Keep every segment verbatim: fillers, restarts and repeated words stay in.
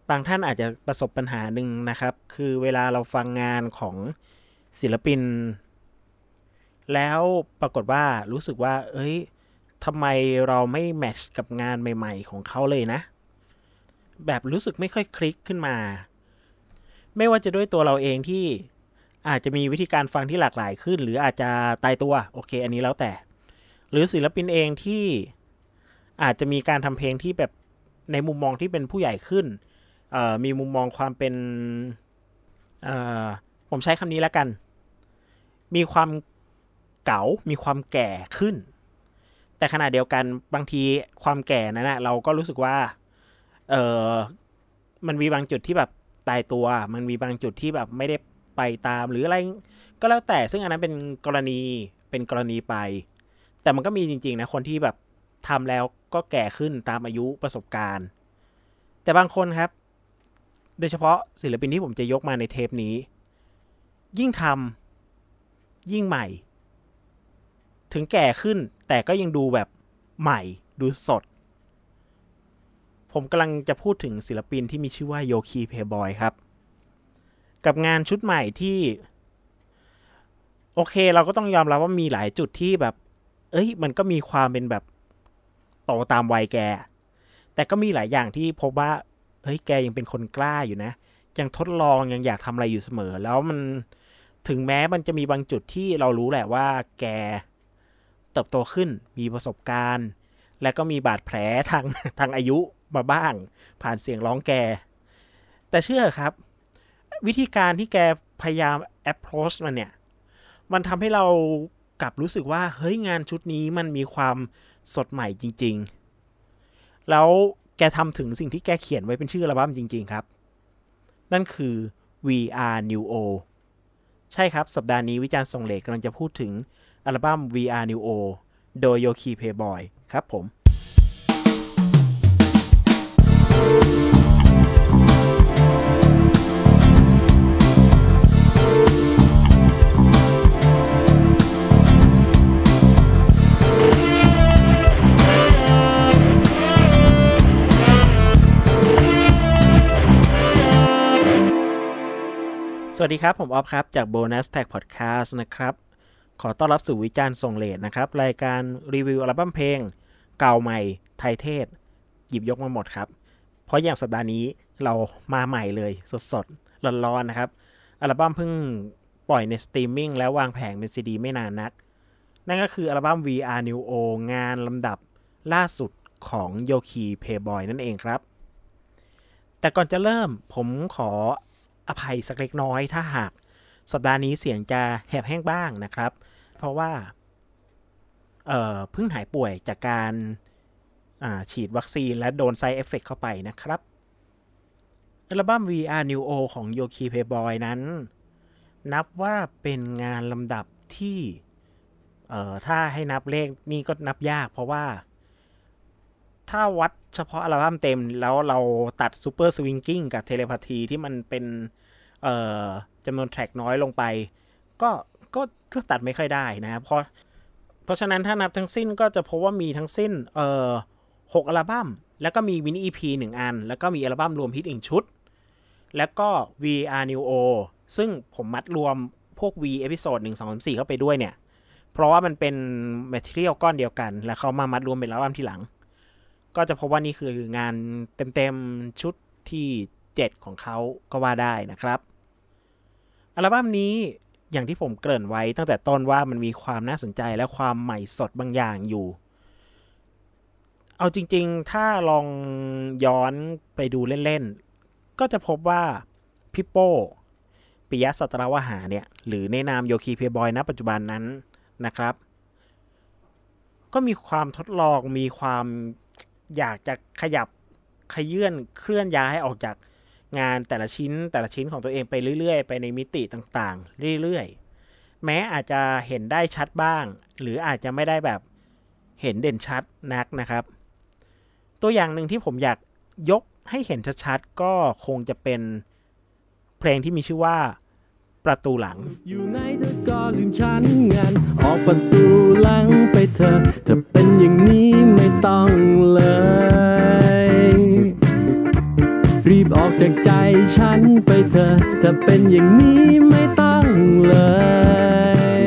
บางท่านอาจจะประสบปัญหาหนึ่งนะครับคือเวลาเราฟังงานของศิลปินแล้วปรากฏว่ารู้สึกว่าเอ้ยทำไมเราไม่แมทช์กับงานใหม่ๆของเขาเลยนะแบบรู้สึกไม่ค่อยคลิกขึ้นมาไม่ว่าจะด้วยตัวเราเองที่อาจจะมีวิธีการฟังที่หลากหลายขึ้นหรืออาจจะตายตัวโอเคอันนี้แล้วแต่หรือศิลปินเองที่อาจจะมีการทำเพลงที่แบบในมุมมองที่เป็นผู้ใหญ่ขึ้นมีมุมมองความเป็นผมใช้คำนี้แล้วกันมีความเก๋ามีความแก่ขึ้นแต่ขณะเดียวกันบางทีความแก่นั้นนะเราก็รู้สึกว่าเออมันมีบางจุดที่แบบตายตัวมันมีบางจุดที่แบบไม่ได้ไปตามหรืออะไรก็แล้วแต่ซึ่งอันนั้นเป็นกรณีเป็นกรณีไปแต่มันก็มีจริงๆนะคนที่แบบทำแล้วก็แก่ขึ้นตามอายุประสบการณ์แต่บางคนครับโดยเฉพาะศิลปินที่ผมจะยกมาในเทปนี้ยิ่งทำยิ่งใหม่ถึงแก่ขึ้นแต่ก็ยังดูแบบใหม่ดูสดผมกำลังจะพูดถึงศิลปินที่มีชื่อว่าโยคีเพย์บอยครับกับงานชุดใหม่ที่โอเคเราก็ต้องยอมรับว่ามีหลายจุดที่แบบเอ้ยมันก็มีความเป็นแบบโตตามวัยแกแต่ก็มีหลายอย่างที่พบว่าเฮ้ยแกยังเป็นคนกล้าอยู่นะยังทดลองยังอยากทำอะไรอยู่เสมอแล้วมันถึงแม้มันจะมีบางจุดที่เรารู้แหละว่าแกเติบโตขึ้นมีประสบการณ์และก็มีบาดแผลทางทางอายุมาบ้างผ่านเสียงร้องแกแต่เชื่อครับวิธีการที่แกพยายาม approach มันเนี่ยมันทำให้เรากลับรู้สึกว่าเฮ้ยงานชุดนี้มันมีความสดใหม่จริงๆแล้วแกทำถึงสิ่งที่แกเขียนไว้เป็นชื่ออัลบั้มจริงๆครับนั่นคือ We Are New O ใช่ครับสัปดาห์นี้วิจารณ์ส่งเลขกำลังจะพูดถึงอัลบั้ม We Are New O โดยโยคีเพย์บอยครับผมสวัสดีครับผมออฟครับจาก Bonus Tag Podcast นะครับขอต้อนรับสู่วิจารณ์ส่งเลทนะครับรายการรีวิวอัลบั้มเพลงเก่าใหม่ไทยเทศหยิบยกมาหมดครับเพราะอย่างสัปดาห์นี้เรามาใหม่เลยสดๆร้อนๆนะครับอัลบั้มเพิ่งปล่อยในสตรีมมิ่งแล้ววางแผงเป็นซีดีไม่นานนักนั่นก็คืออัลบั้ม We Are New O งานลำดับล่าสุดของโยคีเพย์บอยนั่นเองครับแต่ก่อนจะเริ่มผมขออภัยสักเล็กน้อยถ้าหากสัปดาห์นี้เสียงจะแหบแห้งบ้างนะครับเพราะว่าเอ่อเพิ่งหายป่วยจากการอ่าฉีดวัคซีนและโดนไซด์เอฟเฟคเข้าไปนะครับอัลบั้ม We Are New O ของโยคีเพย์บอยนั้นนับว่าเป็นงานลำดับที่เอ่อถ้าให้นับเลขนี่ก็นับยากเพราะว่าถ้าวัดเฉพาะอัลบั้มเต็มแล้วเราตัดซูเปอร์สวิงกิ้งกับเทเลพาธีที่มันเป็นเอ่อจำนวนแทร็กน้อยลงไปก็ก็ก็ตัดไม่ค่อยได้นะครับเพราะเพราะฉะนั้นถ้านับทั้งสิ้นก็จะพบว่ามีทั้งสิ้นเอ่อหกอัลบั้มแล้วก็มีมินิ อี พี หนึ่งอันแล้วก็มีอัลบั้มรวมฮิตอีกชุดแล้วก็ We Are New O ซึ่งผมมัดรวมพวก V เอพิโซดหนึ่ง สอง สาม สี่เข้าไปด้วยเนี่ยเพราะว่ามันเป็น material ก้อนเดียวกันแล้วเขามามัดรวมเป็นอัลบั้มทีหลังก็จะพบว่านี่คืองานเต็มๆชุดที่เจ็ดของเขาก็ว่าได้นะครับอัลบั้มนี้อย่างที่ผมเกริ่นไว้ตั้งแต่ต้นว่ามันมีความน่าสนใจและความใหม่สดบางอย่างอยู่เอาจริงๆถ้าลองย้อนไปดูเล่นๆก็จะพบว่าพี่โป้ปิยะสัตรวหาเนี่ยหรือในนามโยคีเพย์บอยณปัจจุบันนั้นนะครับก็มีความทดลองมีความอยากจะขยับขยื่นเคลื่อนย้ายออกจากงานแต่ละชิ้นแต่ละชิ้นของตัวเองไปเรื่อยๆไปในมิติต่างๆเรื่อยๆแม้อาจจะเห็นได้ชัดบ้างหรืออาจจะไม่ได้แบบเห็นเด่นชัดนักนะครับตัวอย่างหนึ่งที่ผมอยากยกให้เห็นชัดๆก็คงจะเป็นเพลงที่มีชื่อว่าประตูหลังอยู่ในเธอก็ลืมฉันงั้นออกประตูหลังไปเธอจะเป็นอย่างนี้ไม่ต้องเลยรีบออกจากใจฉันไปเถอะถ้าเป็นอย่างนี้ไม่ต้องเลย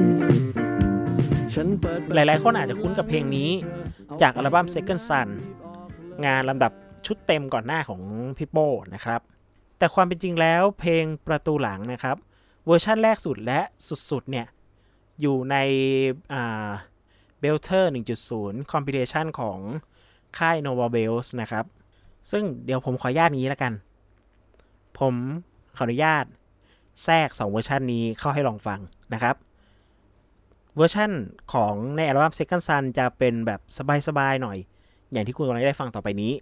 หลายๆคนอาจจะคุ้นกับเพลงนี้จากอัลบั้ม Second Son งานลำดับชุดเต็มก่อนหน้าของพี่โป้นะครับแต่ความเป็นจริงแล้วเพลงประตูหลังนะครับเวอร์ชั่นแรกสุดและสุดๆเนี่ยอยู่ในอ่า Belter หนึ่งจุดศูนย์ Compilation ของค่าย Nova Bells นะครับซึ่งเดี๋ยวผมขออนุญาตนี้แล้วกันผมขออนุญาตแทรกสองเวอร์ชันนี้เข้าให้ลองฟังนะครับเวอร์ชันของในอัลบั้ม Second Son จะเป็นแบบสบายๆหน่อยอย่างที่คุณกำลังได้ฟังต่อไปนี้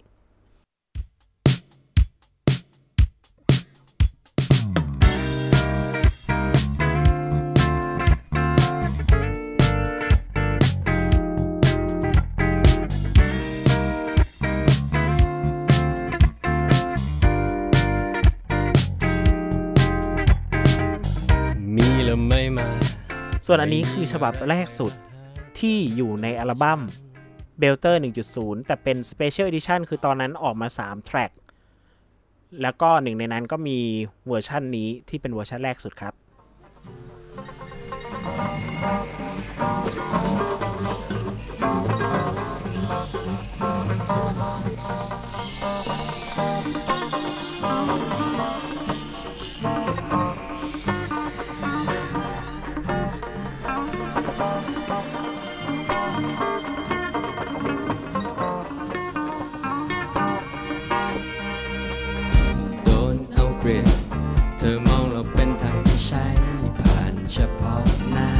ส่วนอันนี้คือฉบับแรกสุดที่อยู่ในอัลบั้ม Belter หนึ่งจุดศูนย์ แต่เป็น Special Edition คือตอนนั้นออกมาสามแทร็กแล้วก็หนึ่งในนั้นก็มีเวอร์ชันนี้ที่เป็นเวอร์ชันแรกสุดครับเธอมองเราเป็นทางที่ใช้ผ่านเฉพาะหน้า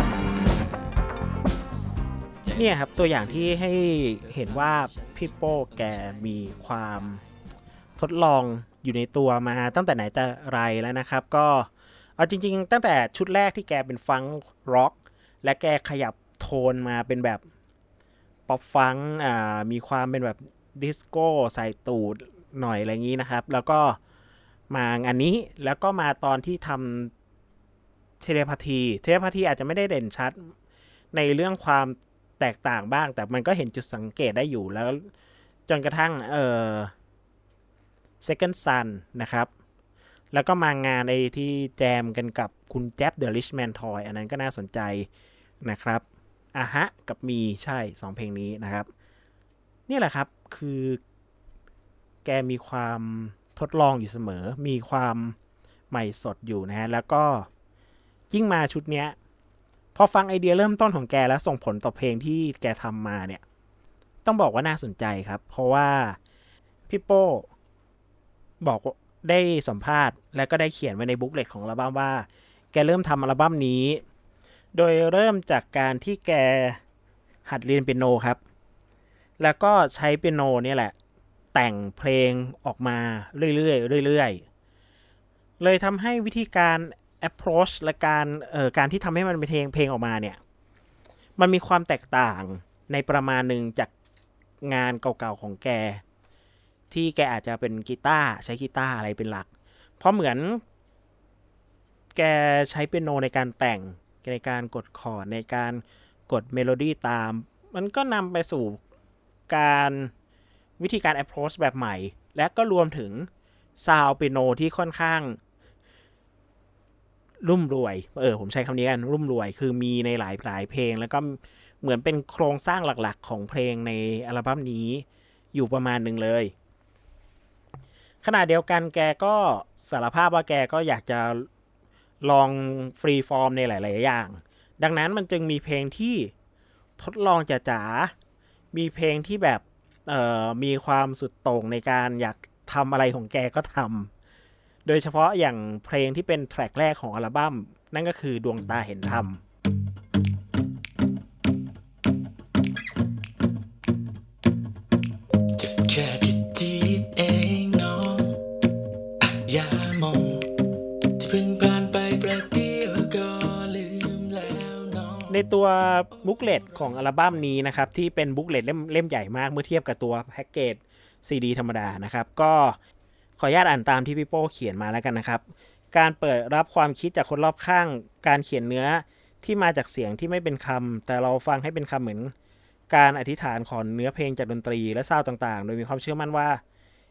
เนี่ยครับตัวอย่างที่ให้เห็นว่าพี่โป้แกมีความทดลองอยู่ในตัวมาตั้งแต่ไหนแต่ไรแล้วนะครับก็เอาจริงๆตั้งแต่ชุดแรกที่แกเป็นฟังก์ร็อกและแกขยับโทนมาเป็นแบบป๊อปฟังก์อ่ามีความเป็นแบบดิสโก้ใส่ตูดหน่อยอะไรอย่างนี้นะครับแล้วก็มาอันนี้แล้วก็มาตอนที่ทำเทเลพาธีเทเลพาธีอาจจะไม่ได้เด่นชัดในเรื่องความแตกต่างบ้างแต่มันก็เห็นจุดสังเกตได้อยู่แล้วจนกระทั่งเอ่อ Second Son นะครับแล้วก็มางานไอ้ที่แจมกันกับคุณแจ๊บ The Richman Toy อันนั้นก็น่าสนใจนะครับอ่ะฮะกับมีใช่สองเพลงนี้นะครับนี่แหละครับคือแกมีความทดลองอยู่เสมอมีความใหม่สดอยู่นะฮะแล้วก็ยิ่งมาชุดเนี้ยพอฟังไอเดียเริ่มต้นของแกแล้วส่งผลต่อเพลงที่แกทำมาเนี่ยต้องบอกว่าน่าสนใจครับเพราะว่าพี่โป้บอกได้สัมภาษณ์และก็ได้เขียนไว้ในบุ๊กเลตของอัลบั้มว่าแกเริ่มทำอัลบั้มนี้โดยเริ่มจากการที่แกหัดเรียนเปียโนครับแล้วก็ใช้เปียโนเนี่ยแหละแต่งเพลงออกมาเรื่อยๆเรื่อยๆเลยทำให้วิธีการ approach และการเอ่อการที่ทำให้มันเป็นเพลงเพลงออกมาเนี่ยมันมีความแตกต่างในประมาณหนึ่งจากงานเก่าๆของแกที่แกอาจจะเป็นกีตาร์ใช้กีตาร์อะไรเป็นหลักเพราะเหมือนแกใช้เปียโนในการแต่งในการกดคอร์ดในการกดเมโลดี้ตามมันก็นำไปสู่การวิธีการ approach แบบใหม่และก็รวมถึงซาวด์เปียโนที่ค่อนข้างรุ่มรวยเออผมใช้คำนี้กันรุ่มรวยคือมีในหลายหลายเพลงแล้วก็เหมือนเป็นโครงสร้างหลักๆของเพลงในอัลบั้มนี้อยู่ประมาณหนึ่งเลยขณะเดียวกันแกก็สารภาพว่าแกก็อยากจะลองฟรีฟอร์มในหลายๆอย่างดังนั้นมันจึงมีเพลงที่ทดลองจ๋าๆมีเพลงที่แบบเอ่อมีความสุดโต่งในการอยากทำอะไรของแกก็ทำโดยเฉพาะอย่างเพลงที่เป็นแทร็กแรกของอัลบั้มนั่นก็คือดวงตาเห็นธรรมแค่จิตจิตเองน้องอย่ามองที่เพิ่งผ่านไปประเดี๋ยวก็ลืมแล้วน้องในตัวบุ๊กเลตของอัลบั้มนี้นะครับที่เป็นบุ๊กเลตเล่มเล่มใหญ่มากเมื่อเทียบกับตัวแพ็กเกจซีดีธรรมดานะครับก็ขออนุญาตอ่านตามที่พี่โป้เขียนมาแล้วกันนะครับการเปิดรับความคิดจากคนรอบข้างการเขียนเนื้อที่มาจากเสียงที่ไม่เป็นคำแต่เราฟังให้เป็นคำเหมือนการอธิษฐานของเนื้อเพลงจากดนตรีและซาวด์ต่างๆโดยมีความเชื่อมั่นว่า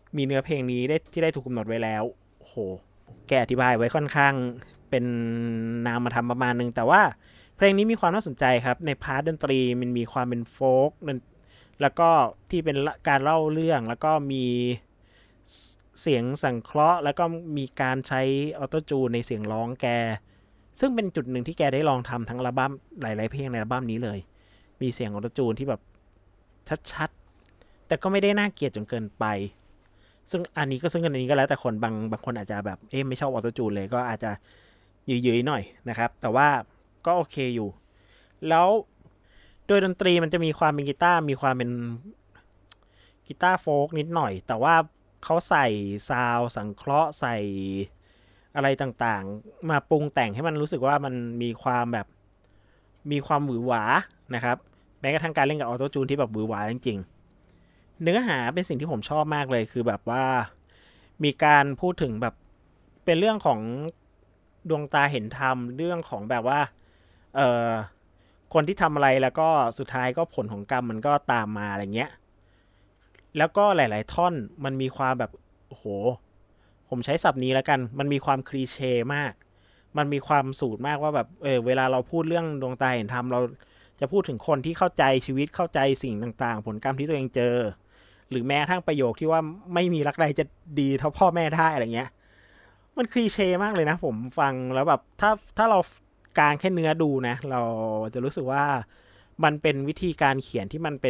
มีเนื้อเพลงนี้ได้ที่ได้ถูกกำหนดไว้แล้วโอ้โหแกอธิบายไว้ค่อนข้างเป็นนามธรรมประมาณนึงแต่ว่าเพลงนี้มีความน่าสนใจครับในพาร์ทดนตรีมันมีความเป็นโฟล์กแล้วก็ที่เป็นการเล่าเรื่องแล้วก็มีเสียงสังเคราะห์แล้วก็มีการใช้ออโต้จูนในเสียงร้องแกซึ่งเป็นจุดหนึ่งที่แกได้ลองทำทั้งอัลบั้มหลายๆเพลงในอัลบั้มนี้เลยมีเสียงออโต้จูนที่แบบชัดๆแต่ก็ไม่ได้น่าเกลียดจนเกินไปซึ่งอันนี้ก็ซึ่งอันนี้ก็แล้วแต่คนบางบางคนอาจจะแบบเอ๊ะไม่ชอบออโต้จูนเลยก็อาจจะยืยๆหน่อยนะครับแต่ว่าก็โอเคอยู่แล้วโดยดนตรีมันจะมีความเป็นกีตาร์มีความเป็นกีตาร์โฟล์กนิดหน่อยแต่ว่าเขาใส่ซาวด์สังเคราะห์ใส่อะไรต่างๆมาปรุงแต่งให้มันรู้สึกว่ามันมีความแบบมีความหวือหวานะครับแม้กระทั่งการเล่นกับออโต้จูนที่แบบหวือหวาจริงๆเนื้อหาเป็นสิ่งที่ผมชอบมากเลยคือแบบว่ามีการพูดถึงแบบเป็นเรื่องของดวงตาเห็นธรรมเรื่องของแบบว่าเอ่อคนที่ทำอะไรแล้วก็สุดท้ายก็ผลของกรรมมันก็ตามมาอะไรเงี้ยแล้วก็หลายๆท่อนมันมีความแบบโอ้โหผมใช้ศัพท์นี้แล้วกันมันมีความคลีเช่มากมันมีความสูตรมากว่าแบบเออเวลาเราพูดเรื่องดวงตาเห็นธรรมเราจะพูดถึงคนที่เข้าใจชีวิตเข้าใจสิ่งต่างๆผลกรรมที่ตัวเองเจอหรือแม้ทั้งประโยคที่ว่าไม่มีรักใดจะดีเท่าพ่อแม่ได้อะไรเงี้ยมันคลีเช่มากเลยนะผมฟังแล้วแบบถ้าถ้าเราการแค่เนื้อดูนะเราจะรู้สึกว่ามันเป็นวิธีการเขียนที่มันเป็น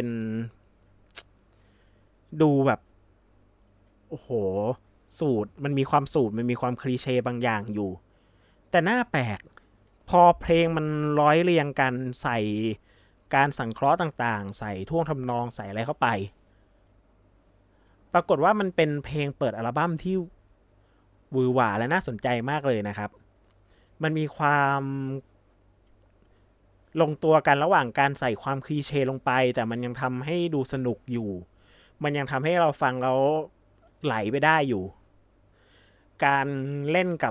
ดูแบบโอ้โหสูตรมันมีความสูตรมันมีความคลีเช่บางอย่างอยู่แต่น่าแปลกพอเพลงมันร้อยเรียงกันใส่การสังเคราะห์ต่างๆใส่ท่วงทำนองใส่อะไรเข้าไปปรากฏว่ามันเป็นเพลงเปิดอัลบั้มที่หวือหวาและน่าสนใจมากเลยนะครับมันมีความลงตัวกันระหว่างการใส่ความคลีเช่ลงไปแต่มันยังทำให้ดูสนุกอยู่มันยังทำให้เราฟังแล้วไหลไปได้อยู่การเล่นกับ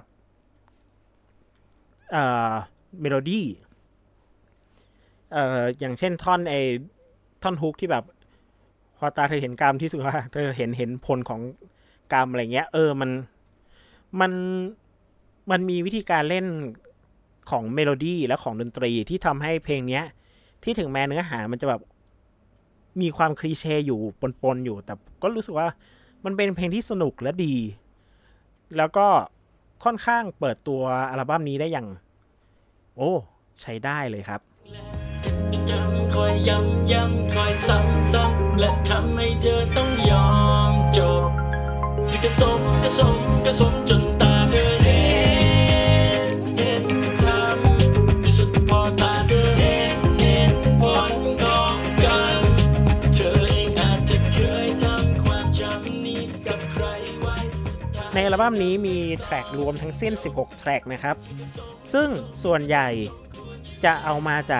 เอ่อเมโลดี้เอ่ออย่างเช่นท่อนไอ้ท่อนฮุกที่แบบพอตาเธอเห็นกรรมที่สุดว่าเธอเห็นเห็นผลของกรรมอะไรเงี้ยเออมันมันมันมีวิธีการเล่นของเมโลดี้และของดนตรีที่ทำให้เพลงเนี้ยที่ถึงแม้เนื้อหามันจะแบบมีความคลีเช่อยู่ปนๆอยู่แต่ก็รู้สึกว่ามันเป็นเพลงที่สนุกและดีแล้วก็ค่อนข้างเปิดตัวอัลบั้มนี้ได้อย่างโอ้ใช้ได้เลยครับคอยย้ำย้ำคอยซ้ำซ้ำและทำให้เธอต้องยอมจบจะกระสมกระสมกระสมจนตาเธอเห็นเห็นทำในสุดพอตาเธอเห็นเห็นผลของกรรมเธอเองอาจจะเคยทำความจำนี้กับใครไว้ในอัลบั้มนี้มีแทร็กรวมทั้งสิ้นสิบหกแทร็กนะครับซึ่งส่วนใหญ่จะเอามาจาก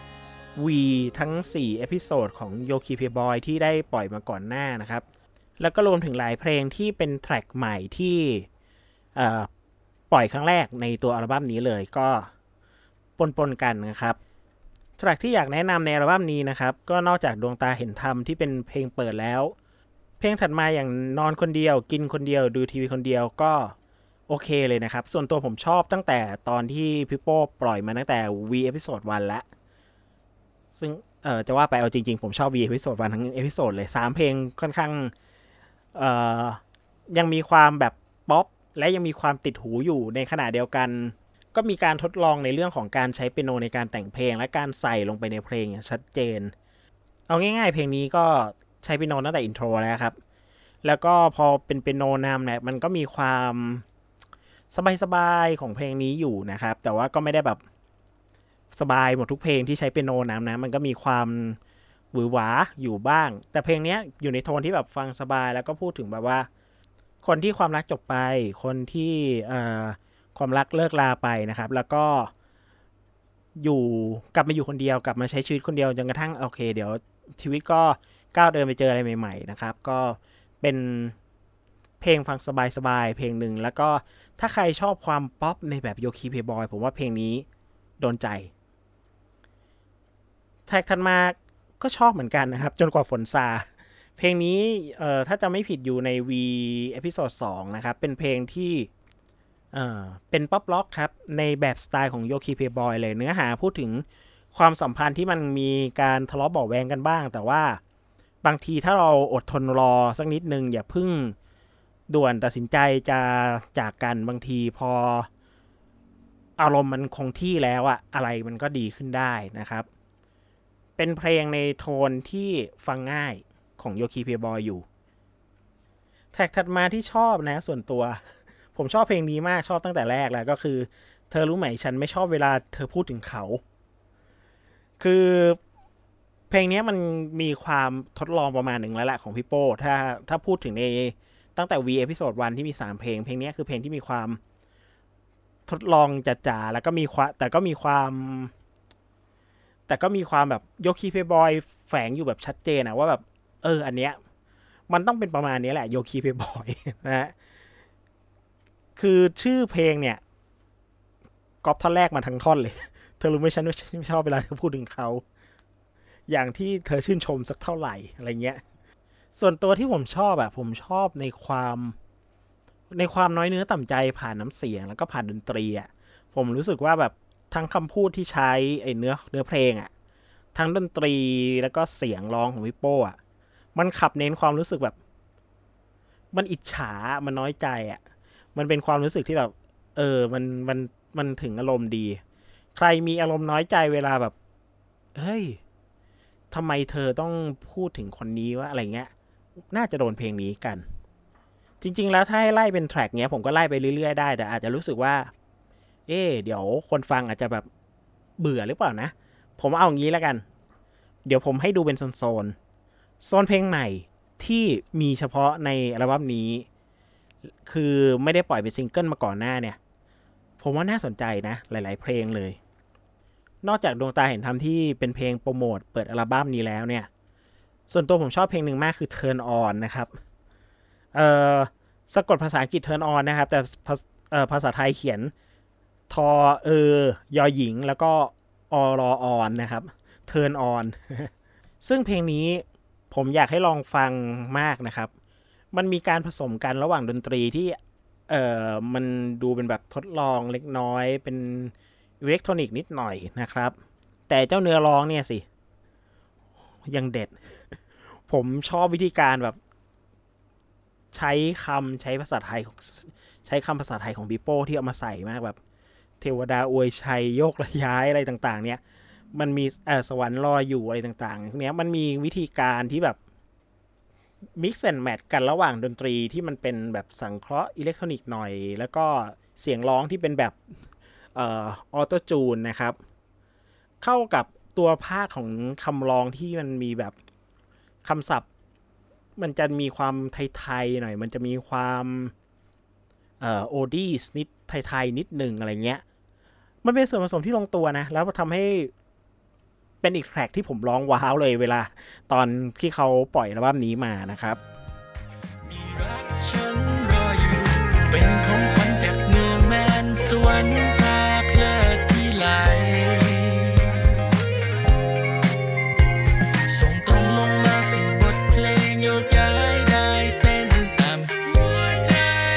V ทั้งสี่เอพิโซดของ Yoki Playboy ที่ได้ปล่อยมาก่อนหน้านะครับแล้วก็รวมถึงหลายเพลงที่เป็นแทร็กใหม่ที่ปล่อยครั้งแรกในตัวอัลบั้มนี้เลยก็ปนๆกันนะครับแทร็กที่อยากแนะนำในอัลบั้มนี้นะครับก็นอกจากดวงตาเห็นธรรมที่เป็นเพลงเปิดแล้วเพลงถัดมาอย่างนอนคนเดียวกินคนเดียวดูทีวีคนเดียวก็โอเคเลยนะครับส่วนตัวผมชอบตั้งแต่ตอนที่พี่โป้ปล่อยมาตั้งแต่ V เอพิโซดวันแล้วซึ่งเอ่อจะว่าไปเอาจริงๆผมชอบ V เอพิโซดวันทั้งเอพิโซดเลยสามเพลงค่อนข้างเอ่อยังมีความแบบป๊อปและยังมีความติดหูอยู่ในขณะเดียวกันก็มีการทดลองในเรื่องของการใช้เปียโนในการแต่งเพลงและการใส่ลงไปในเพลงอย่างชัดเจนเอาง่ายๆเพลงนี้ก็ใช้เปียโนตั้งแต่อินโทรแล้วครับแล้วก็พอเป็นเปียโนนำเนี่ยมันก็มีความสบายๆของเพลงนี้อยู่นะครับแต่ว่าก็ไม่ได้แบบสบายหมดทุกเพลงที่ใช้เปียโนนำนะมันก็มีความหวือหวาอยู่บ้างแต่เพลงนี้อยู่ในโทนที่แบบฟังสบายแล้วก็พูดถึงแบบว่าคนที่ความรักจบไปคนที่เอ่อความรักเลิกลาไปนะครับแล้วก็อยู่กลับมาอยู่คนเดียวกลับมาใช้ชีวิตคนเดียวจนกระทั่งโอเคเดี๋ยวชีวิตก็ก้าวเดินไปเจออะไรใหม่ๆนะครับก็เป็นเพลงฟังสบายๆเพลงหนึ่งแล้วก็ถ้าใครชอบความป๊อปในแบบ Yoki Playboy ผมว่าเพลงนี้โดนใจแท็กทันมาก็ชอบเหมือนกันนะครับจนกว่าฝนซาเพเพลงนี้เอ่อถ้าจะไม่ผิดอยู่ใน V เอพิโซดสองนะครับเป็นเพลงที่เอ่อเป็นป๊อปล็อกครับในแบบสไตล์ของโยคีเพย์บอยเลยเนื้อหาพูดถึงความสัมพันธ์ที่มันมีการทะเลาะเบาะแวงกันบ้างแต่ว่าบางทีถ้าเราอดทนรอสักนิดนึงอย่าพึ่งด่วนตัดสินใจจะจากกันบางทีพออารมณ์มันคงที่แล้วอะอะไรมันก็ดีขึ้นได้นะครับเป็นเพลงในโทนที่ฟังง่ายของโยคีเพย์บอยอยู่แท็กถัดมาที่ชอบนะส่วนตัวผมชอบเพลงนี้มากชอบตั้งแต่แรกแล้วก็คือเธอรู้ไหมฉันไม่ชอบเวลาเธอพูดถึงเขาคือเพลงนี้มันมีความทดลองประมาณหนึ่งแล้วแหละของพี่โป้ถ้าถ้าพูดถึงในตั้งแต่ V เอพิโซดวันที่มีสามเพลงเพลงนี้คือเพลงที่มีความทดลองจ๋าๆแล้วก็มีความแต่ก็มีความแต่ก็มีความแบบโยคีเพย์บอยแฝงอยู่แบบชัดเจนนะว่าแบบเอออันเนี้ยมันต้องเป็นประมาณนี้แหละโยคีเพย์บอยนะฮะคือชื่อเพลงเนี่ยก๊อปท่อนแรกมาทั้งท่อนเลยเธอรู้ไหมฉันไม่ชอบเวลาเธอพูดถึงเขาอย่างที่เธอชื่นชมสักเท่าไหร่อะไรเงี้ยส่วนตัวที่ผมชอบอะผมชอบในความในความน้อยเนื้อต่ำใจผ่านน้ำเสียงแล้วก็ผ่านดนตรีอะผมรู้สึกว่าแบบทั้งคำพูดที่ใช้ไอ้เนื้อเนื้อเพลงอะทั้งดนตรีแล้วก็เสียงร้องของพี่โป้อะมันขับเน้นความรู้สึกแบบมันอิจฉามันน้อยใจอะมันเป็นความรู้สึกที่แบบเออมันมันมันถึงอารมณ์ดีใครมีอารมณ์น้อยใจเวลาแบบเฮ้ยทำไมเธอต้องพูดถึงคนนี้วะอะไรเงี้ยน่าจะโดนเพลงนี้กันจริงๆแล้วถ้าให้ไล่เป็นแทร็กเนี้ยผมก็ไล่ไปเรื่อยๆได้แต่อาจจะรู้สึกว่าเอ๊ะเดี๋ยวคนฟังอาจจะแบบเบื่อหรือเปล่านะผมเอาอย่างนี้แล้วกันเดี๋ยวผมให้ดูเป็นโซนๆโซนเพลงใหม่ที่มีเฉพาะในอัลบั้มนี้คือไม่ได้ปล่อยเป็นซิงเกิลมาก่อนหน้าเนี่ยผมว่าน่าสนใจนะหลายๆเพลงเลยนอกจากดวงตาเห็นธรรมที่เป็นเพลงโปรโมทเปิดอัลบั้มนี้แล้วเนี่ยส่วนตัวผมชอบเพลงหนึ่งมากคือ Turn On นะครับเอ่อสะกดภาษาอังกฤษ Turn On นะครับแต่เอ่อภาษาไทยเขียนทอเออยอหญิงแล้วก็อรออนนะครับ Turn On ซึ่งเพลงนี้ผมอยากให้ลองฟังมากนะครับมันมีการผสมกันระหว่างดนตรีที่เอ่อมันดูเป็นแบบทดลองเล็กน้อยเป็นอิเล็กทรอนิกส์นิดหน่อยนะครับแต่เจ้าเนื้อร้องเนี่ยสิยังเด็ดผมชอบวิธีการแบบใช้คำใช้ภาษาไทยใช้คำภาษาไทยของบิโป้ที่เอามาใส่มากแบบเทวดาอวยชัยโยกระย้ายอะไรต่างๆเนี่ยมันมีเอ่อสวรรค์รออยู่อะไรต่างๆเนี้ยมันมีวิธีการที่แบบ mix and match กันระหว่างดนตรีที่มันเป็นแบบสังเคราะห์อิเล็กทรอนิกส์หน่อยแล้วก็เสียงร้องที่เป็นแบบเอ่อออโต้จูนนะครับเข้ากับตัวภาคของคำร้องที่มันมีแบบคำศัพท์มันจะมีความไทยๆหน่อยมันจะมีความเอ่อโอดี้นิดไทยๆนิดหนึ่งอะไรเงี้ยมันเป็นส่วนผสมที่ลงตัวนะแล้วทำให้เป็นอีกแทร็กที่ผมร้องว้าวเลยเวลาตอนที่เขาปล่อยอัลบั้มนี้มานะครับมีรักฉันรออยู่เป็นของขวัญจากเมืองแมนสวรรค์พาเพลิดที่ไหลส่งตรงลงมาสู่บทเพลงโยกย้ายได้เต้นสามหัวใจ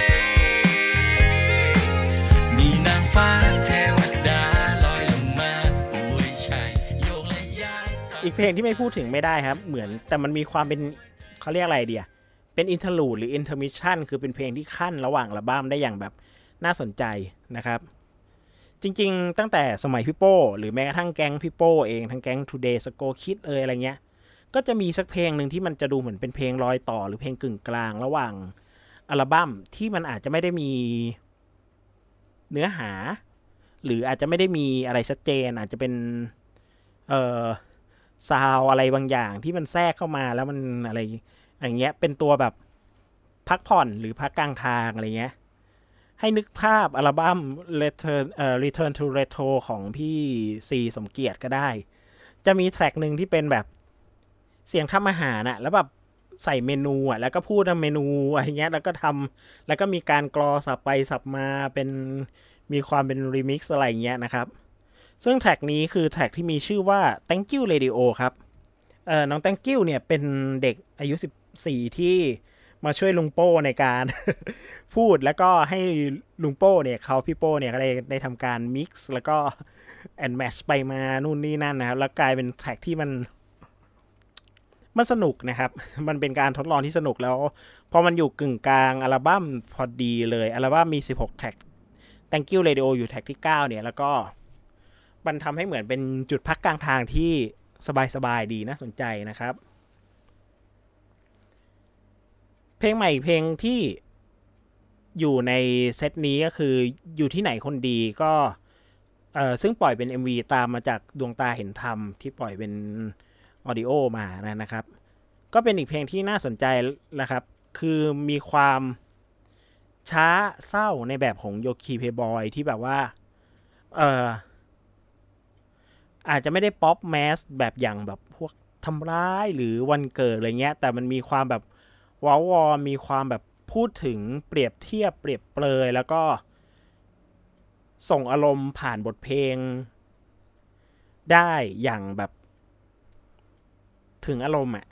มีนางฟ้าเทวดาลอยลงมาอวยชัยโยกและย้ายอีกเพลงที่ไม่พูดถึงไม่ได้ครับเหมือนแต่มันมีความเป็นเขาเรียกอะไรเดียเป็นอินเทอร์ลูดหรืออินเทอร์มิชชั่นคือเป็นเพลงที่ขั้นระหว่างอัลบั้มได้อย่างแบบน่าสนใจนะครับจริงๆตั้งแต่สมัยพี่โป้หรือแม้กระทั่งแก๊งพี่โป้เองทั้งแก๊ง Today Sco Kid เอยอะไรเงี้ยก็จะมีสักเพลงหนึ่งที่มันจะดูเหมือนเป็นเพลงรอยต่อหรือเพลงกึ่งกลางระหว่างอัลบั้มที่มันอาจจะไม่ได้มีเนื้อหาหรืออาจจะไม่ได้มีอะไรชัดเจนอาจจะเป็นเอ่อซาวอะไรบางอย่างที่มันแทรกเข้ามาแล้วมันอะไรอย่างเงี้ยเป็นตัวแบบพักผ่อนหรือพักกลางทางอะไรเงี้ยให้นึกภาพอัลบั้ม Return เอ่อ Return to Retro ของพี่ซีสมเกียรติก็ได้จะมีแทร็กนึงที่เป็นแบบเสียงทำอาหารน่ะแล้วแบบใส่เมนูอ่ะแล้วก็พูดเมนูอะไรเงี้ยแล้วก็ทำแล้วก็มีการกรอสับไปสับมาเป็นมีความเป็นรีมิกซ์อะไรเงี้ยนะครับซึ่งแทร็กนี้คือแทร็กที่มีชื่อว่า Thank You Radio ครับเอ่อน้อง Thank You เนี่ยเป็นเด็กอายุสิบสี่ที่มาช่วยลุงโป้ในการ พูดแล้วก็ให้ลุงโป้เนี่ยเขาพี่โป้เนี่ยก็ได้ได้ทำการมิกซ์แล้วก็แอนด์แมชไปมานู่นนี่นั่นนะครับแล้วกลายเป็นแทร็กที่มันมันสนุกนะครับ มันเป็นการทดลองที่สนุกแล้วพอมันอยู่กึ่งกลางอัลบั้มพอดีเลยอัลบั้มมีสิบหกแทร็ก Thank you Radio อยู่แทร็กที่เก้าเนี่ยแล้วก็มันทำให้เหมือนเป็นจุดพักกลางทางที่สบายๆดีน่าสนใจนะครับเพลงใหม่เพลงที่อยู่ในเซตนี้ก็คืออยู่ที่ไหนคนดีก็เอ่อซึ่งปล่อยเป็น เอ็ม วี ตามมาจากดวงตาเห็นธรรมที่ปล่อยเป็นออดิโอมานะนะครับก็เป็นอีกเพลงที่น่าสนใจนะครับคือมีความช้าเศร้าในแบบของโยคีเพย์บอยที่แบบว่าเอ่ออาจจะไม่ได้ป๊อปแมสแบบอย่างแบบพวกทำร้ายหรือวันเกิดอะไรเงี้ยแต่มันมีความแบบว้าววอมีความแบบพูดถึงเปรียบเทียบเปรียบเปรยแล้วก็ส่งอารมณ์ผ่านบทเพลงได้อย่างแบบถึงอารมณ์อ่ะ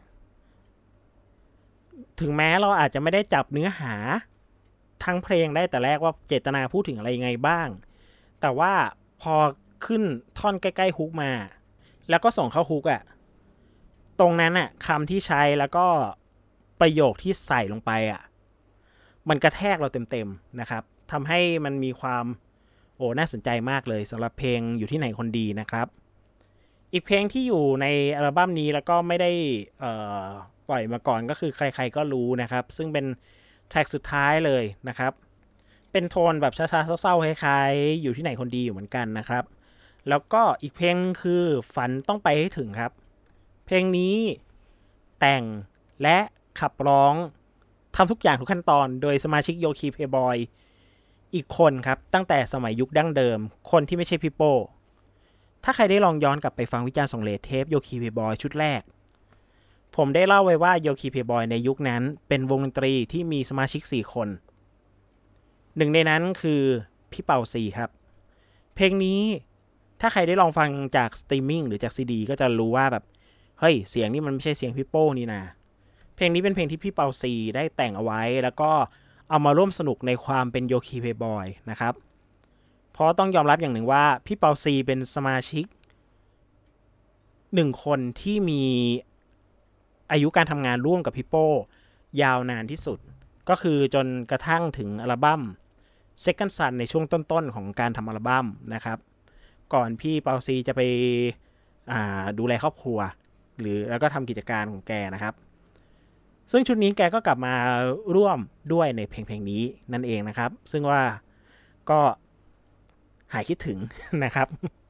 ถึงแม้เราอาจจะไม่ได้จับเนื้อหาทั้งเพลงได้แต่แรกว่าเจตนาพูดถึงอะไรยังไงบ้างแต่ว่าพอขึ้นท่อนใกล้ๆฮุกมาแล้วก็ส่งเข้าฮุกอ่ะตรงนั้นอ่ะคำที่ใช้แล้วก็ประโยคที่ใส่ลงไปอ่ะมันกระแทกเราเต็มๆนะครับทำให้มันมีความโอ้น่าสนใจมากเลยสำหรับเพลงอยู่ที่ไหนคนดีนะครับอีกเพลงที่อยู่ในอัลบั้มนี้แล้วก็ไม่ได้เอ่อปล่อยมาก่อนก็คือใครๆก็รู้นะครับซึ่งเป็นแทร็กสุดท้ายเลยนะครับเป็นโทนแบบช้าๆเศร้าๆคล้ายๆอยู่ที่ไหนคนดีอยู่เหมือนกันนะครับแล้วก็อีกเพลงคือฝันต้องไปให้ถึงครับเพลงนี้แต่งและขับร้องทำทุกอย่างทุกขั้นตอนโดยสมาชิกโยคีเพย์บอยอีกคนครับตั้งแต่สมัยยุคดั้งเดิมคนที่ไม่ใช่พี่โป้ถ้าใครได้ลองย้อนกลับไปฟังวิจารณ์ส่งเลทเทปโยคีเพย์บอยชุดแรกผมได้เล่าไว้ว่าโยคีเพย์บอยในยุคนั้นเป็นวงดนตรีที่มีสมาชิกสี่คนหนึ่งในนั้นคือพี่เป่าซีครับเพลงนี้ถ้าใครได้ลองฟังจากสตรีมมิ่งหรือจากซีดีก็จะรู้ว่าแบบเฮ้ยเสียงนี่มันไม่ใช่เสียงพี่โป้นี่นะเพลงนี้เป็นเพลงที่พี่เปาซีได้แต่งเอาไว้แล้วก็เอามาร่วมสนุกในความเป็นโยคีเพย์บอยนะครับเพราะต้องยอมรับอย่างหนึ่งว่าพี่เปาซีเป็นสมาชิกหนึ่งคนที่มีอายุการทำงานร่วมกับพี่โป้ยาวนานที่สุดก็คือจนกระทั่งถึงอัลบั้ม Second Son ในช่วงต้นๆของการทำอัลบั้มนะครับก่อนพี่เปาซีจะไปดูแลครอบครัวหรือแล้วก็ทำกิจการของแกนะครับซึ่งชุดนี้แกก็กลับมาร่วมด้วยในเพลงเพลงนี้นั่นเองนะครับซึ่งว่าก็หายคิดถึงนะครับ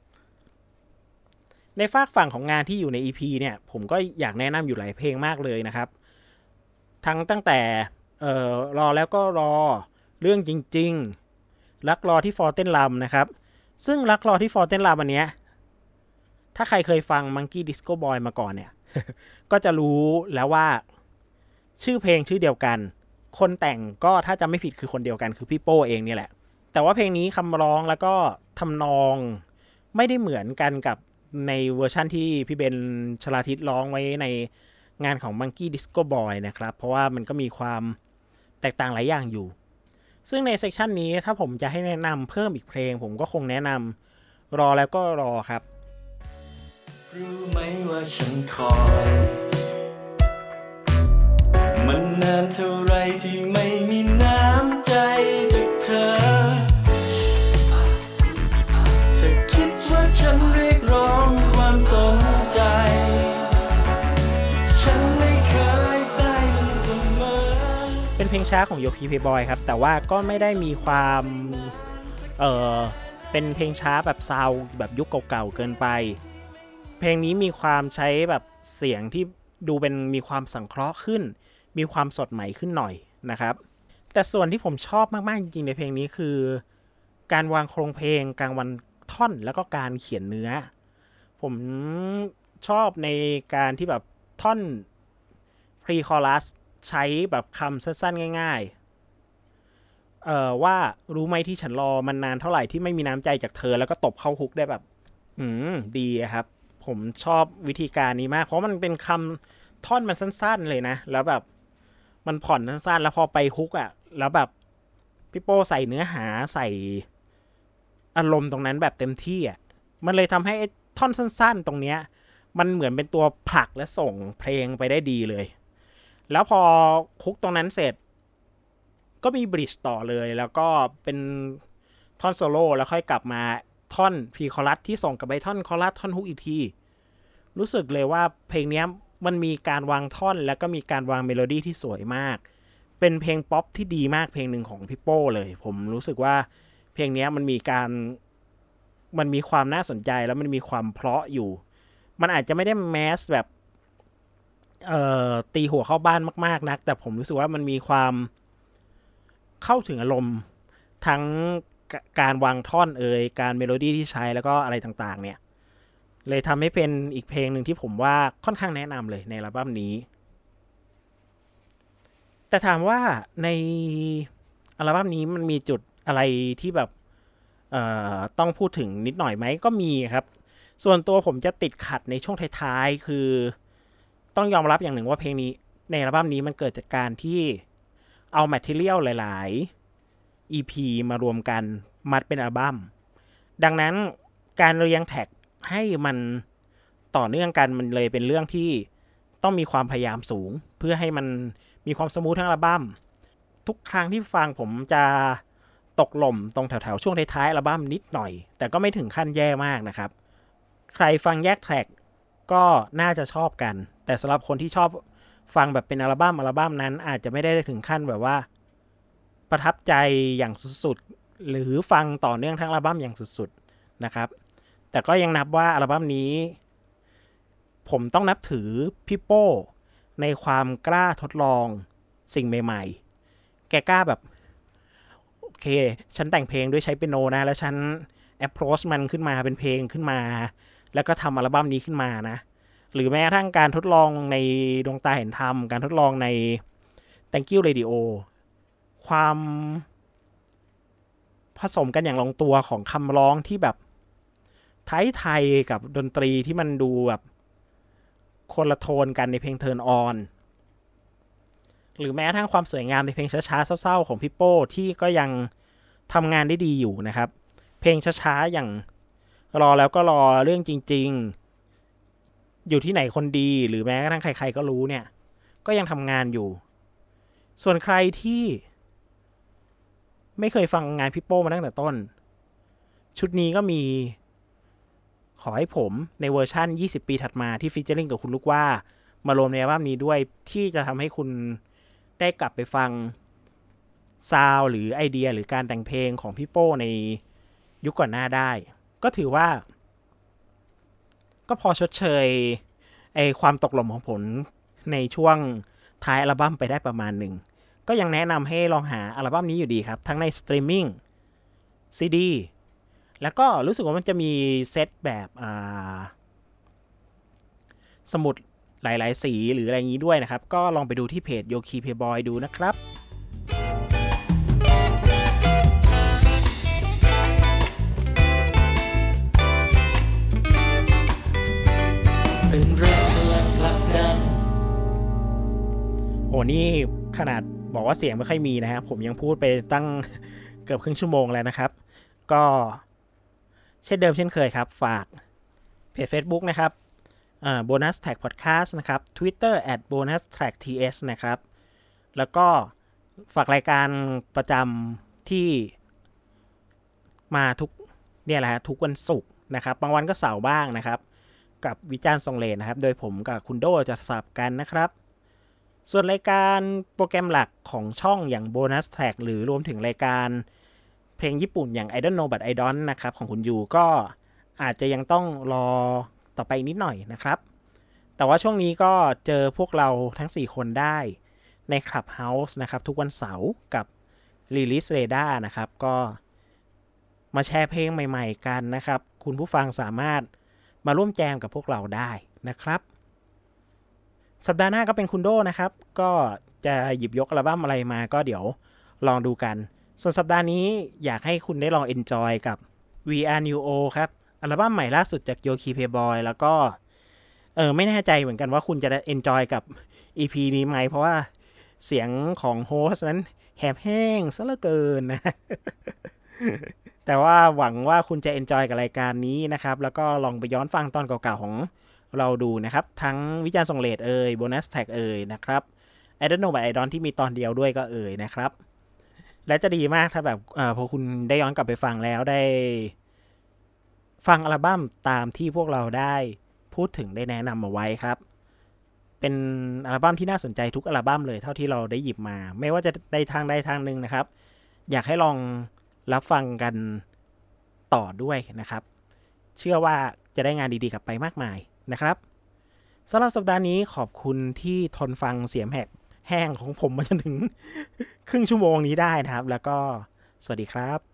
ในฝากฝั่งของงานที่อยู่ใน อี พี เนี่ยผมก็อยากแนะนำอยู่หลายเพลงมากเลยนะครับทั้งตั้งแต่เอ่อรอแล้วก็รอเรื่องจริงๆรักรอที่ฟอร์เต้นลำนะครับซึ่งรักรอที่ฟอร์เต้นลำอันเนี้ยถ้าใครเคยฟัง Monkey Disco Boy มาก่อนเนี่ย ก็จะรู้แล้วว่าชื่อเพลงชื่อเดียวกันคนแต่งก็ถ้าจำไม่ผิดคือคนเดียวกันคือพี่โป้เองนี่แหละแต่ว่าเพลงนี้คำร้องแล้วก็ทำนองไม่ได้เหมือนกันกับในเวอร์ชั่นที่พี่เบนชลาทิศร้องไว้ในงานของ Monkey Disco Boy นะครับเพราะว่ามันก็มีความแตกต่างหลายอย่างอยู่ซึ่งในเซกชันนี้ถ้าผมจะให้แนะนำเพิ่มอีกเพลงผมก็คงแนะนำรอแล้วก็รอครับรู้ไหมว่าฉันคอยมันนานเท่าไรที่ไม่มีน้ำใจจากเธอเธอคิดว่าฉันเรียกร้องความสนใจที่ฉันไม่เคยได้มันเสมอเป็นเพลงช้าของโยคีเพย์บอยครับแต่ว่าก็ไม่ได้มีความเออเป็นเพลงช้าแบบซาวแบบยุคเก่าๆเกินไปเพลงนี้มีความใช้แบบเสียงที่ดูเป็นมีความสังเคราะห์ขึ้นมีความสดใหม่ขึ้นหน่อยนะครับแต่ส่วนที่ผมชอบมากๆจริงๆในเพลงนี้คือการวางโครงเพลงกลางวันท่อนแล้วก็การเขียนเนื้อผมชอบในการที่แบบท่อน pre-chorus ใช้แบบคำสั้นๆง่ายๆเอ่อว่ารู้ไหมที่ฉันรอมันนานเท่าไหร่ที่ไม่มีน้ำใจจากเธอแล้วก็ตบเข้าฮุกได้แบบอืมดีครับผมชอบวิธีการนี้มากเพราะมันเป็นคำท่อนมันสั้นๆเลยนะแล้วแบบมันผ่อนสั้นๆแล้วพอไปฮุกอ่ะแล้วแบบพี่โป้ใส่เนื้อหาใส่อารมณ์ตรงนั้นแบบเต็มที่อ่ะมันเลยทำให้ท่อนสั้นๆตรงเนี้ยมันเหมือนเป็นตัวผลักและส่งเพลงไปได้ดีเลยแล้วพอฮุกตรงนั้นเสร็จก็มีบริดจ์ต่อเลยแล้วก็เป็นท่อนโซโล่แล้วค่อยกลับมาท่อนพรีคอรัสที่ส่งกับไปท่อนคอรัสท่อนฮุกอีกทีรู้สึกเลยว่าเพลงนี้มันมีการวางท่อนแล้วก็มีการวางเมโลดี้ที่สวยมากเป็นเพลงป๊อปที่ดีมากเพลงหนึ่งของพี่โป้เลยผมรู้สึกว่าเพลงนี้มันมีการมันมีความน่าสนใจแล้วมันมีความเพราะอยู่มันอาจจะไม่ได้แมสแบบเอ่อตีหัวเข้าบ้านมากๆนักแต่ผมรู้สึกว่ามันมีความเข้าถึงอารมณ์ทั้งการวางท่อนเอ่ยการเมโลดี้ที่ใช้แล้วก็อะไรต่างๆเนี่ยเลยทำให้เป็นอีกเพลงหนึ่งที่ผมว่าค่อนข้างแนะนำเลยในอัลบั้มนี้แต่ถามว่าในอัลบั้มนี้มันมีจุดอะไรที่แบบเอ่อต้องพูดถึงนิดหน่อยไหมก็มีครับส่วนตัวผมจะติดขัดในช่วงท้ายๆคือต้องยอมรับอย่างหนึ่งว่าเพลงนี้ในอัลบั้มนี้มันเกิดจากการที่เอาแมททีเรียลหลายๆ อี พี มารวมกันมัดเป็นอัลบั้มดังนั้นการเรียงแท็กให้มันต่อเนื่องกันมันเลยเป็นเรื่องที่ต้องมีความพยายามสูงเพื่อให้มันมีความสมูททั้งอัลบั้มทุกครั้งที่ฟังผมจะตกหล่มตรงแถวๆช่วงท้ายๆอัลบั้มนิดหน่อยแต่ก็ไม่ถึงขั้นแย่มากนะครับใครฟังแยกแทร็กก็น่าจะชอบกันแต่สำหรับคนที่ชอบฟังแบบเป็นอัลบั้มอัลบั้มนั้นอาจจะไม่ได้ถึงขั้นแบบว่าประทับใจอย่างสุดๆหรือฟังต่อเนื่องทั้งอัลบั้มอย่างสุดๆนะครับแต่ก็ยังนับว่าอัลบั้มนี้ผมต้องนับถือพี่โป้ในความกล้าทดลองสิ่งใหม่ๆแกกล้าแบบโอเคฉันแต่งเพลงด้วยใช้เปียโนนะแล้วฉัน approach มันขึ้นมาเป็นเพลงขึ้นมาแล้วก็ทำอัลบั้มนี้ขึ้นมานะหรือแม้กระทั่งการทดลองในดวงตาเห็นธรรมการทดลองใน Thank you Radio ความผสมกันอย่างลงตัวของคำร้องที่แบบไทยๆกับดนตรีที่มันดูแบบคนละโทนกันในเพลง Turn On หรือแม้กระทั่งความสวยงามในเพลงช้าๆเศร้าๆของพี่โป้ที่ก็ยังทำงานได้ดีอยู่นะครับเพลงช้าๆอย่างรอแล้วก็รอเรื่องจริงๆอยู่ที่ไหนคนดีหรือแม้กระทั่งใครๆก็รู้เนี่ยก็ยังทำงานอยู่ส่วนใครที่ไม่เคยฟังงานพี่โป้มาตั้งแต่ต้นชุดนี้ก็มีขอให้ผมในเวอร์ชั่นยี่สิบปีถัดมาที่ฟีเจอริ่งกับคุณลูกว่ามารวมในอัลบั้มนี้ด้วยที่จะทำให้คุณได้กลับไปฟังซาวด์หรือไอเดียหรือการแต่งเพลงของพี่โป้ในยุคก่อนหน้าได้ก็ถือว่าก็พอชดเชยไอความตกหล่มของผมในช่วงท้ายอัลบั้มไปได้ประมาณหนึ่งก็ยังแนะนำให้ลองหาอัลบั้มนี้อยู่ดีครับทั้งในสตรีมมิ่ง ซี ดี แล้วก็รู้สึกว่ามันจะมีเซตแบบสมุดหลายๆสีหรืออะไรอย่างนี้ด้วยนะครับก็ลองไปดูที่เพจโยคีเพย์บอยดูนะครับเป็นรักและผลักดันโอ้นี่ขนาดบอกว่าเสียงไม่ค่อยมีนะครับผมยังพูดไปตั้งเกือบครึ่งชั่วโมงแล้วนะครับก็เช่นเดิมเช่นเคยครับฝากเพจ Facebook นะครับอ่า Bonus Track Podcast นะครับ Twitterแอท bonus track th นะครับแล้วก็ฝากรายการประจำที่มาทุกเนี่ยแหละทุกวันศุกร์นะครับบางวันก็เสาร์บ้างนะครับกับวิจารณ์ทรงเลนนะครับโดยผมกับคุณโดจะสลับกันนะครับส่วนรายการโปรแกรมหลักของช่องอย่าง Bonus Track หรือรวมถึงรายการเพลงญี่ปุ่นอย่าง I Don't Know But I Don't นะครับของคุณยูก็อาจจะยังต้องรอต่อไปนิดหน่อยนะครับแต่ว่าช่วงนี้ก็เจอพวกเราทั้งสี่คนได้ใน Clubhouse นะครับทุกวันเสาร์กับ Release Radar นะครับก็มาแชร์เพลงใหม่ๆกันนะครับคุณผู้ฟังสามารถมาร่วมแจมกับพวกเราได้นะครับสัปดาห์หน้าก็เป็นคุณโดนะครับก็จะหยิบยกอัลบั้มอะไรมาก็เดี๋ยวลองดูกันส่วนสัปดาห์นี้อยากให้คุณได้ลอง enjoy กับ We Are New O ครับอัลบั้มใหม่ล่าสุดจาก Yoki Playboy แล้วก็เออไม่แน่ใจเหมือนกันว่าคุณจะได้ enjoy กับ อี พี นี้ไหมเพราะว่าเสียงของโฮสต์นั้นแหบแห้งซะเหลือเกินนะ แต่ว่าหวังว่าคุณจะเอนจอยกับรายการนี้นะครับแล้วก็ลองไปย้อนฟังตอนเก่าๆของเราดูนะครับทั้งวิจารณ์ส่งเรทเอ่ยโบนัสแท็กเอ่ยนะครับไอดอลโนบายไอดอลที่มีตอนเดียวด้วยก็เอ่ยนะครับและจะดีมากถ้าแบบเอ่อพอคุณได้ย้อนกลับไปฟังแล้วได้ฟังอัลบั้มตามที่พวกเราได้พูดถึงได้แนะนำมาไว้ครับเป็นอัลบั้มที่น่าสนใจทุกอัลบั้มเลยเท่าที่เราได้หยิบมาไม่ว่าจะได้ทางใดทางหนึ่งนะครับอยากให้ลองรับฟังกันต่อด้วยนะครับเชื่อว่าจะได้งานดีๆกลับไปมากมายนะครับสำหรับสัปดาห์นี้ขอบคุณที่ทนฟังเสียงแหกแห้งของผมมาจนถึงครึ่งชั่วโมงนี้ได้นะครับแล้วก็สวัสดีครับ